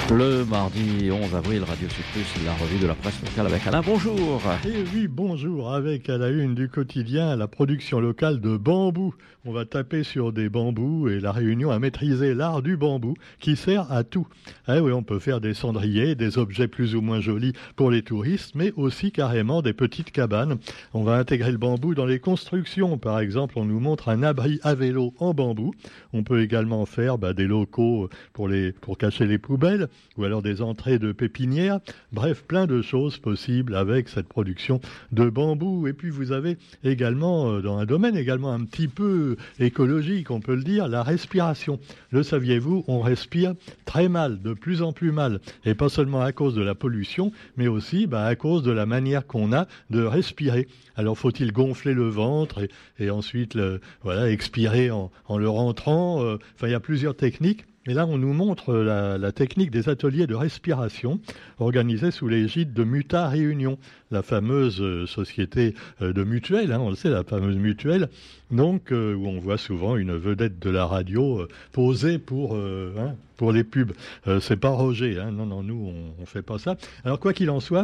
Le mardi 11 avril, Radio Sud Plus, la revue de la presse locale avec Alain. Bonjour. Et oui, bonjour. Avec à la une du quotidien, la production locale de bambou. On va taper sur des bambous et la Réunion a maîtrisé l'art du bambou qui sert à tout. Eh oui, on peut faire des cendriers, des objets plus ou moins jolis pour les touristes, mais aussi carrément des petites cabanes. On va intégrer le bambou dans les constructions. Par exemple, on nous montre un abri à vélo en bambou. On peut également faire des locaux pour cacher les poubelles, ou alors des entrées de pépinières. Bref, plein de choses possibles avec cette production de bambou. Et puis vous avez également, dans un domaine également un petit peu écologique, on peut le dire, la respiration. Le saviez-vous, on respire très mal, de plus en plus mal. Et pas seulement à cause de la pollution, mais aussi à cause de la manière qu'on a de respirer. Alors faut-il gonfler le ventre et ensuite expirer en le rentrant. Il y a plusieurs techniques. Et là, on nous montre la technique des ateliers de respiration organisés sous l'égide de Muta Réunion, la fameuse société de mutuelle, on le sait, la fameuse mutuelle, donc où on voit souvent une vedette de la radio posée pour les pubs. C'est pas Roger, non, nous, on fait pas ça. Alors, quoi qu'il en soit,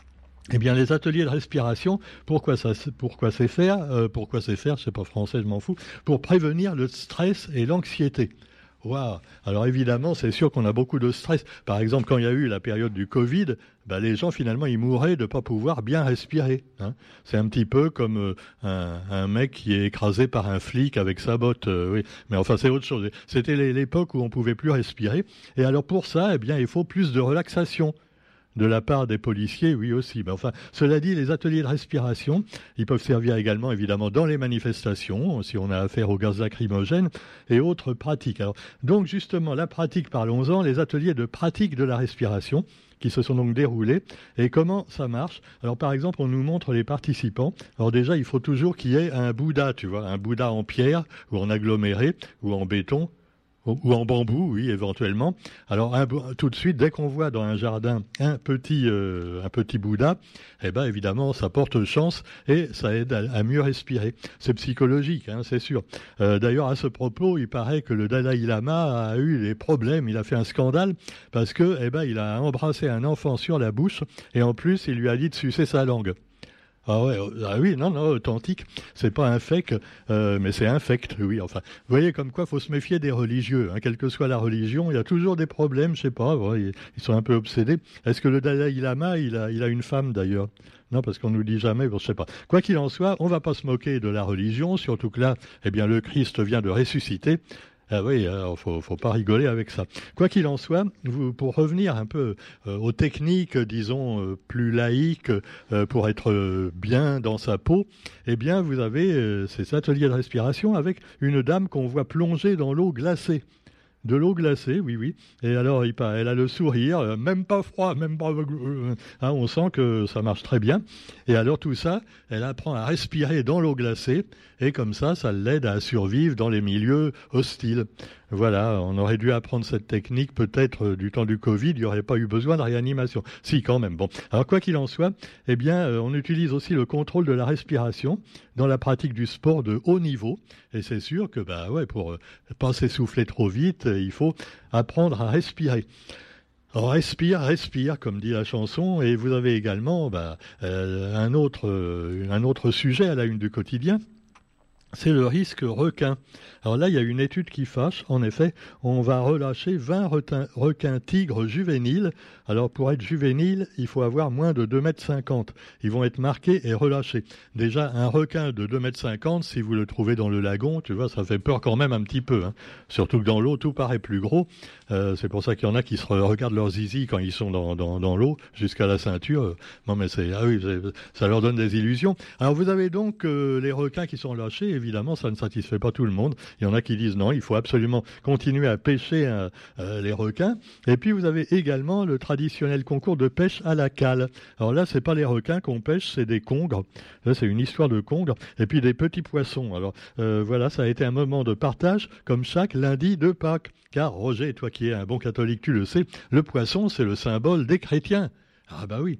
eh bien, les ateliers de respiration, pourquoi c'est faire, c'est pas français, je m'en fous, pour prévenir le stress et l'anxiété. Waouh. Alors évidemment, c'est sûr qu'on a beaucoup de stress. Par exemple, quand il y a eu la période du Covid, les gens finalement ils mouraient de pas pouvoir bien respirer. C'est un petit peu comme un mec qui est écrasé par un flic avec sa botte. Oui, mais enfin c'est autre chose. C'était l'époque où on pouvait plus respirer. Et alors pour ça, il faut plus de relaxation. De la part des policiers, oui aussi. Mais enfin, cela dit, les ateliers de respiration, ils peuvent servir également, évidemment, dans les manifestations, si on a affaire aux gaz lacrymogènes et autres pratiques. Alors, donc, justement, la pratique, parlons-en, les ateliers de pratique de la respiration, qui se sont donc déroulés. Et comment ça marche? Alors, par exemple, on nous montre les participants. Alors déjà, il faut toujours qu'il y ait un Bouddha, tu vois, un Bouddha en pierre, ou en aggloméré, ou en béton, ou en bambou, oui, éventuellement. Alors, tout de suite, dès qu'on voit dans un jardin un petit Bouddha, évidemment, ça porte chance et ça aide à mieux respirer. C'est psychologique, c'est sûr. D'ailleurs, à ce propos, il paraît que le Dalai Lama a eu des problèmes. Il a fait un scandale parce que, il a embrassé un enfant sur la bouche et en plus, il lui a dit de sucer sa langue. Oui, non, authentique. C'est pas infect, mais c'est infect, oui. Enfin, vous voyez comme quoi, faut se méfier des religieux. Quelle que soit la religion, il y a toujours des problèmes. Je sais pas, ils sont un peu obsédés. Est-ce que le Dalai Lama, il a une femme d'ailleurs? Non, parce qu'on nous dit jamais, je sais pas. Quoi qu'il en soit, on va pas se moquer de la religion, surtout que là, le Christ vient de ressusciter. Ah oui, alors faut pas rigoler avec ça. Quoi qu'il en soit, pour revenir un peu aux techniques, disons, plus laïques, pour être bien dans sa peau, vous avez ces ateliers de respiration avec une dame qu'on voit plonger dans l'eau glacée. De l'eau glacée, oui. Et alors, elle a le sourire, même pas froid, même pas... on sent que ça marche très bien. Et alors, tout ça, elle apprend à respirer dans l'eau glacée. Et comme ça l'aide à survivre dans les milieux hostiles. Voilà, on aurait dû apprendre cette technique peut-être du temps du Covid, il n'y aurait pas eu besoin de réanimation. Si, quand même. Bon, alors quoi qu'il en soit, on utilise aussi le contrôle de la respiration dans la pratique du sport de haut niveau. Et c'est sûr que, pour pas s'essouffler trop vite, il faut apprendre à respirer. Alors, respire, comme dit la chanson. Et vous avez également un autre sujet à la une du quotidien. C'est le risque requin. Alors là, il y a une étude qui fâche. En effet, on va relâcher 20 requins tigres juvéniles. Alors pour être juvénile, il faut avoir moins de 2,50 m. Ils vont être marqués et relâchés. Déjà, un requin de 2,50 m, si vous le trouvez dans le lagon, tu vois, ça fait peur quand même un petit peu. Surtout que dans l'eau, tout paraît plus gros. C'est pour ça qu'il y en a qui se regardent leur zizi quand ils sont dans l'eau, jusqu'à la ceinture. Non mais ça leur donne des illusions. Alors vous avez donc les requins qui sont lâchés. Évidemment, ça ne satisfait pas tout le monde. Il y en a qui disent non, il faut absolument continuer à pêcher les requins. Et puis vous avez également le traditionnel concours de pêche à la cale. Alors là, c'est pas les requins qu'on pêche, c'est des congres. Là, c'est une histoire de congres. Et puis des petits poissons. Alors voilà, ça a été un moment de partage, comme chaque lundi de Pâques. Car Roger, toi qui es un bon catholique, tu le sais, le poisson, c'est le symbole des chrétiens. Ah bah oui.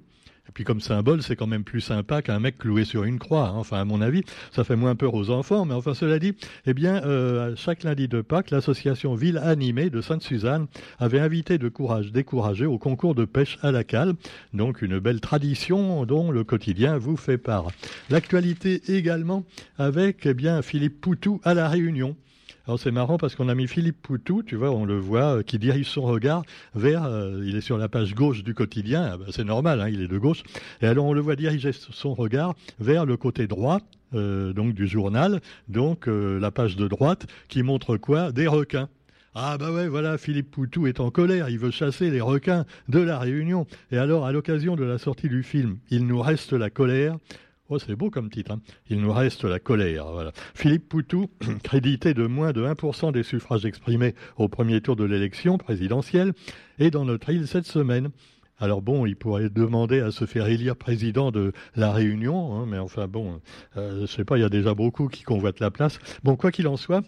Et puis comme symbole, c'est quand même plus sympa qu'un mec cloué sur une croix. Hein. Enfin, à mon avis, ça fait moins peur aux enfants. Mais enfin, cela dit, eh bien, chaque lundi de Pâques, l'association Ville Animée de Sainte-Suzanne avait invité de décourager au concours de pêche à la cale. Donc une belle tradition dont le quotidien vous fait part. L'actualité également avec eh bien, Philippe Poutou à La Réunion. Alors c'est marrant parce qu'on a mis Philippe Poutou, tu vois, on le voit, qui dirige son regard vers, il est sur la page gauche du quotidien, c'est normal, hein, il est de gauche, et alors on le voit diriger son regard vers le côté droit, donc du journal, donc la page de droite, qui montre quoi? Des requins. Ah bah ouais, voilà, Philippe Poutou est en colère, il veut chasser les requins de La Réunion. Et alors, à l'occasion de la sortie du film, il nous reste la colère. Oh, c'est beau comme titre, hein. Il nous reste la colère. Voilà. Philippe Poutou, crédité de moins de 1% des suffrages exprimés au premier tour de l'élection présidentielle, est dans notre île cette semaine. Alors bon, il pourrait demander à se faire élire président de La Réunion, hein, mais enfin bon, je sais pas, il y a déjà beaucoup qui convoitent la place. Bon, quoi qu'il en soit,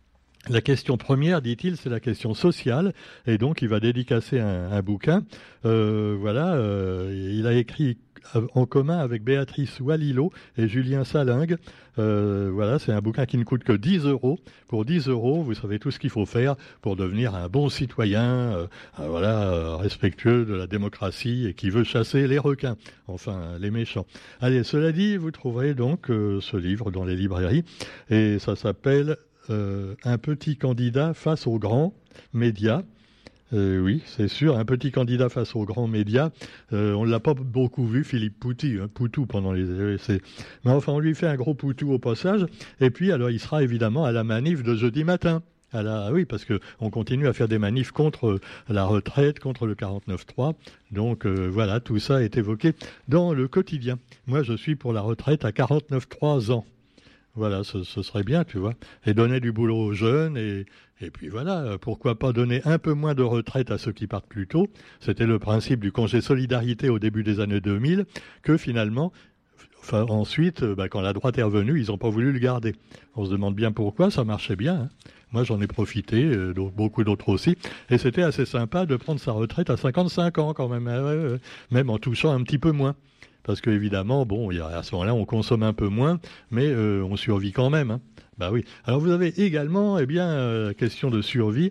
la question première, dit-il, c'est la question sociale, et donc il va dédicacer un bouquin. Voilà, il a écrit en commun avec Béatrice Walilot et Julien Salingue. Voilà, c'est un bouquin qui ne coûte que 10 euros. Pour 10 euros, vous savez tout ce qu'il faut faire pour devenir un bon citoyen, respectueux de la démocratie et qui veut chasser les requins, enfin les méchants. Allez, cela dit, vous trouverez donc ce livre dans les librairies, et ça s'appelle Un petit candidat face aux grands médias. Oui, c'est sûr, un petit candidat face aux grands médias. On ne l'a pas beaucoup vu, Philippe Poutou, pendant les essais. Mais enfin, on lui fait un gros poutou au passage. Et puis, alors, il sera évidemment à la manif de jeudi matin. Oui, parce qu'on continue à faire des manifs contre la retraite, contre le 49.3. Donc voilà, tout ça est évoqué dans le quotidien. Moi, je suis pour la retraite à 49.3 ans. Voilà, ce serait bien, tu vois. Et donner du boulot aux jeunes, et puis voilà, pourquoi pas donner un peu moins de retraite à ceux qui partent plus tôt. C'était le principe du congé solidarité au début des années 2000, que finalement, ensuite, quand la droite est revenue, ils n'ont pas voulu le garder. On se demande bien pourquoi, ça marchait bien. Hein. Moi, j'en ai profité, beaucoup d'autres aussi. Et c'était assez sympa de prendre sa retraite à 55 ans quand même, même en touchant un petit peu moins. Parce qu'évidemment, bon, à ce moment-là, on consomme un peu moins, mais on survit quand même. Hein. Bah oui. Alors vous avez également, question de survie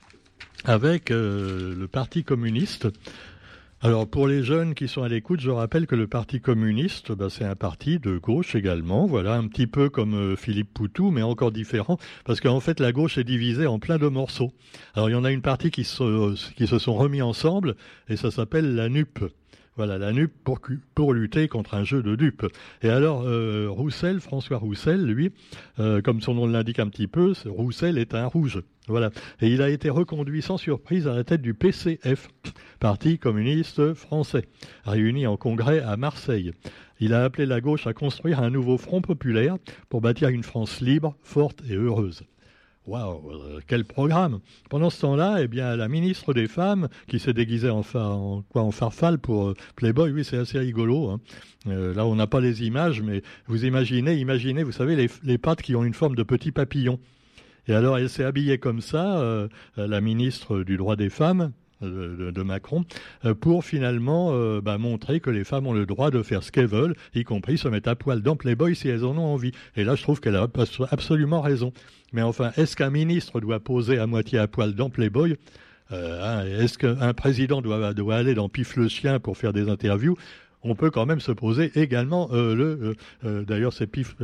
avec le Parti communiste. Alors pour les jeunes qui sont à l'écoute, je rappelle que le Parti communiste, c'est un parti de gauche également. Voilà, un petit peu comme Philippe Poutou, mais encore différent, parce qu'en fait la gauche est divisée en plein de morceaux. Alors il y en a une partie qui se sont remis ensemble, et ça s'appelle la NUP. Voilà, la NUP pour lutter contre un jeu de dupes. Et alors, François Roussel, lui, comme son nom l'indique un petit peu, Roussel est un rouge. Voilà. Et il a été reconduit sans surprise à la tête du PCF, Parti communiste français, réuni en congrès à Marseille. Il a appelé la gauche à construire un nouveau front populaire pour bâtir une France libre, forte et heureuse. Waouh, quel programme! Pendant ce temps-là, la ministre des Femmes, qui s'est déguisée en farfalle pour Playboy, oui, c'est assez rigolo. Hein. Là, on n'a pas les images, mais vous imaginez, vous savez, les pattes qui ont une forme de petit papillon. Et alors, elle s'est habillée comme ça, la ministre du droit des femmes, de Macron, pour finalement montrer que les femmes ont le droit de faire ce qu'elles veulent, y compris se mettre à poil dans Playboy si elles en ont envie. Et là, je trouve qu'elle a absolument raison. Mais enfin, est-ce qu'un ministre doit poser à moitié à poil dans Playboy ? Est-ce qu'un président doit aller dans Pif le chien pour faire des interviews ? On peut quand même se poser également d'ailleurs c'est Pif,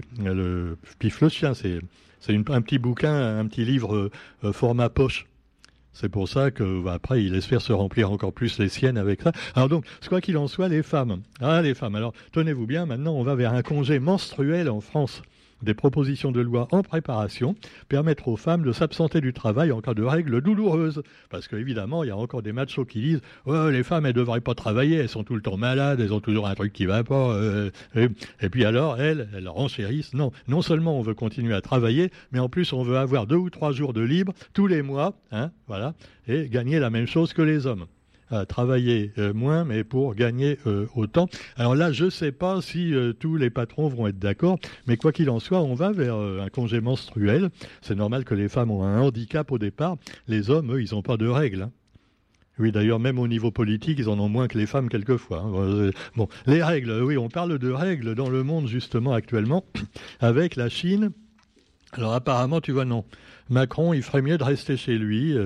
le Pif le chien, c'est un petit bouquin, un petit livre format poche. C'est pour ça que après il espère se remplir encore plus les siennes avec ça. Alors donc, quoi qu'il en soit, les femmes. Les femmes. Alors, tenez-vous bien, maintenant on va vers un congé menstruel en France. Des propositions de loi en préparation permettre aux femmes de s'absenter du travail en cas de règles douloureuses. Parce qu'évidemment, il y a encore des machos qui disent « Oh, les femmes, elles ne devraient pas travailler, elles sont tout le temps malades, elles ont toujours un truc qui ne va pas. » Et puis alors, elles renchérissent. Non seulement on veut continuer à travailler, mais en plus on veut avoir 2 ou 3 jours de libre tous les mois, voilà, et gagner la même chose que les hommes. Travailler moins, mais pour gagner autant. Alors là, je ne sais pas si tous les patrons vont être d'accord, mais quoi qu'il en soit, on va vers un congé menstruel. C'est normal que les femmes ont un handicap au départ. Les hommes, eux, ils n'ont pas de règles. Hein. Oui, d'ailleurs, même au niveau politique, ils en ont moins que les femmes quelquefois. Hein. Bon, les règles, oui, on parle de règles dans le monde justement actuellement, avec la Chine. Alors apparemment, tu vois, non. Macron, il ferait mieux de rester chez lui,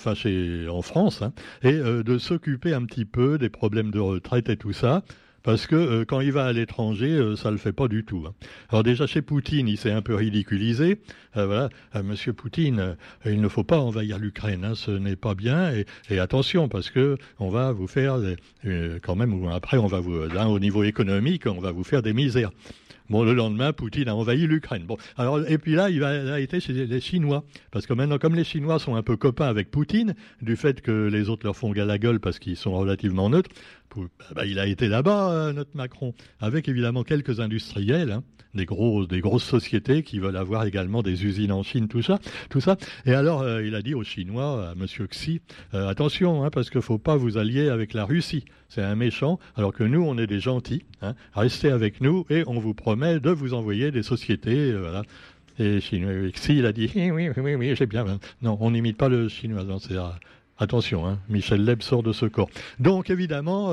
en France, hein, et de s'occuper un petit peu des problèmes de retraite et tout ça. Parce que quand il va à l'étranger, ça le fait pas du tout. Hein. Alors déjà chez Poutine, il s'est un peu ridiculisé. Voilà, Monsieur Poutine, il ne faut pas envahir l'Ukraine, hein, ce n'est pas bien. Et attention, parce que on va vous faire quand même. Après, on va vous, là, au niveau économique, on va vous faire des misères. Bon, le lendemain, Poutine a envahi l'Ukraine. Bon, alors, et puis là, il a été chez les Chinois. Parce que maintenant, comme les Chinois sont un peu copains avec Poutine, du fait que les autres leur font la gueule parce qu'ils sont relativement neutres, il a été là-bas, notre Macron, avec évidemment quelques industriels, hein, des grosses sociétés qui veulent avoir également des usines en Chine, tout ça. Et alors, il a dit aux Chinois, à Monsieur Xi, attention, hein, parce qu'il ne faut pas vous allier avec la Russie. C'est un méchant, alors que nous, on est des gentils. Hein. Restez avec nous et on vous promet de vous envoyer des sociétés. Voilà. Et Xi, il a dit, oui, j'ai bien. Non, on n'imite pas le chinois. Non, attention, hein, Michel Leb sort de ce corps. Donc évidemment,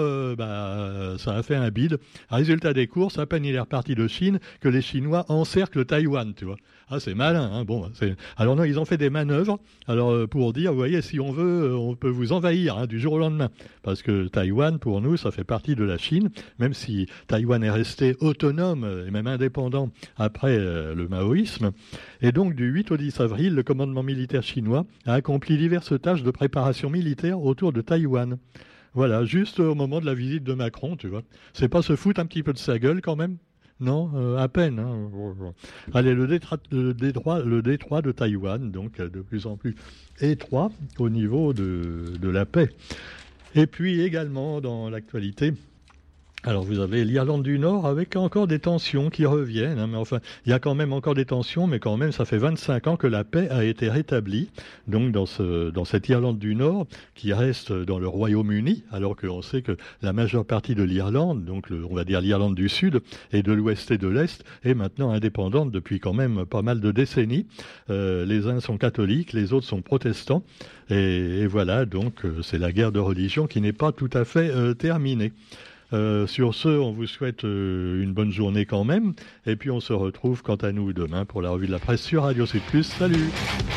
ça a fait un bide. Résultat des courses, à peine il est reparti de Chine, que les Chinois encerclent Taïwan, tu vois. Ah, c'est malin, hein. Bon, alors non, ils ont fait des manœuvres. Alors pour dire, vous voyez, si on veut, on peut vous envahir, hein, du jour au lendemain, parce que Taïwan, pour nous, ça fait partie de la Chine, même si Taïwan est resté autonome et même indépendant après le maoïsme. Et donc du 8 au 10 avril, le commandement militaire chinois a accompli diverses tâches de préparation militaire autour de Taïwan. Voilà, juste au moment de la visite de Macron, tu vois. C'est pas se foutre un petit peu de sa gueule quand même? Non, à peine. Hein. Allez, le détroit de Taïwan, donc de plus en plus étroit au niveau de la paix. Et puis également dans l'actualité, alors vous avez l'Irlande du Nord avec encore des tensions qui reviennent, hein, mais enfin il y a quand même encore des tensions, mais quand même ça fait 25 ans que la paix a été rétablie, donc dans cette Irlande du Nord qui reste dans le Royaume-Uni, alors qu'on sait que la majeure partie de l'Irlande, donc on va dire l'Irlande du Sud et de l'Ouest et de l'Est, est maintenant indépendante depuis quand même pas mal de décennies. Les uns sont catholiques, les autres sont protestants, et voilà, donc c'est la guerre de religion qui n'est pas tout à fait terminée. Sur ce, on vous souhaite une bonne journée quand même. Et puis on se retrouve quant à nous demain pour la revue de la presse sur Radio Sud+. Salut!